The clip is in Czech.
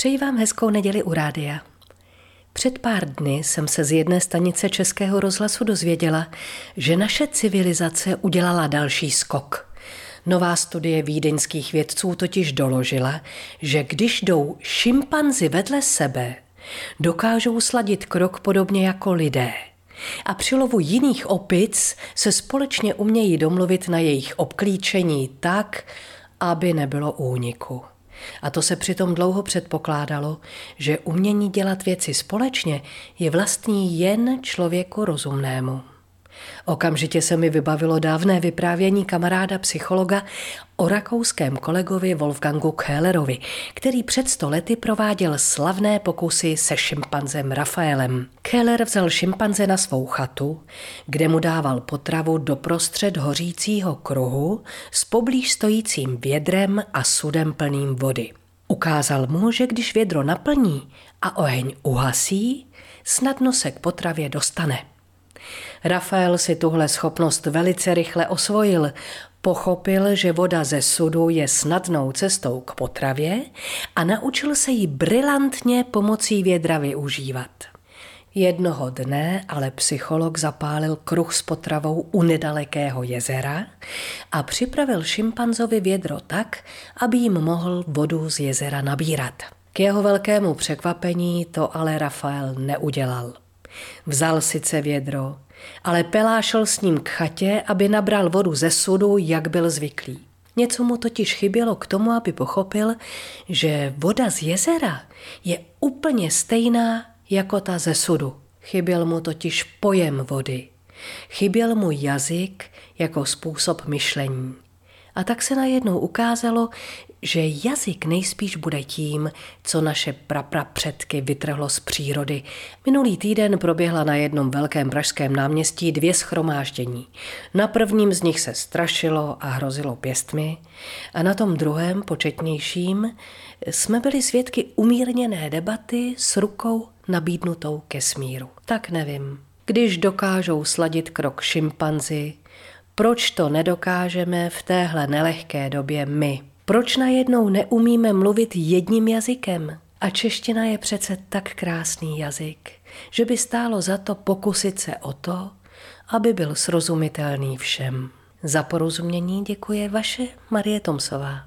Přeji vám hezkou neděli u rádia. Před pár dny jsem se z jedné stanice Českého rozhlasu dozvěděla, že naše civilizace udělala další skok. Nová studie vídeňských vědců totiž doložila, že když jdou šimpanzi vedle sebe, dokážou sladit krok podobně jako lidé. A při lovu jiných opic se společně umějí domluvit na jejich obklíčení tak, aby nebylo úniku. A to se přitom dlouho předpokládalo, že umění dělat věci společně je vlastní jen člověku rozumnému. Okamžitě se mi vybavilo dávné vyprávění kamaráda psychologa o rakouském kolegovi Wolfgangu Köhlerovi, který před 100 lety prováděl slavné pokusy se šimpanzem Rafaelem. Köhler vzal šimpanze na svou chatu, kde mu dával potravu doprostřed hořícího kruhu s poblíž stojícím vědrem a sudem plným vody. Ukázal mu, že když vědro naplní a oheň uhasí, snadno se k potravě dostane. Rafael si tuhle schopnost velice rychle osvojil. Pochopil, že voda ze sudu je snadnou cestou k potravě a naučil se ji brilantně pomocí vědra využívat. Jednoho dne ale psycholog zapálil kruh s potravou u nedalekého jezera a připravil šimpanzovi vědro tak, aby jim mohl vodu z jezera nabírat. K jeho velkému překvapení to ale Rafael neudělal. Vzal sice vědro, ale pelášel s ním k chatě, aby nabral vodu ze sudu, jak byl zvyklý. Něco mu totiž chybělo k tomu, aby pochopil, že voda z jezera je úplně stejná jako ta ze sudu. Chyběl mu totiž pojem vody. Chyběl mu jazyk jako způsob myšlení. A tak se najednou ukázalo, že jazyk nejspíš bude tím, co naše praprapředky vytrhlo z přírody. Minulý týden proběhla na jednom velkém pražském náměstí 2 shromáždění. Na prvním z nich se strašilo a hrozilo pěstmi a na tom druhém, početnějším, jsme byli svědky umírněné debaty s rukou nabídnutou ke smíru. Tak nevím, když dokážou sladit krok šimpanzi, proč to nedokážeme v téhle nelehké době my? Proč najednou neumíme mluvit jedním jazykem? A čeština je přece tak krásný jazyk, že by stálo za to pokusit se o to, aby byl srozumitelný všem. Za porozumění děkuje vaše Marie Tomsová.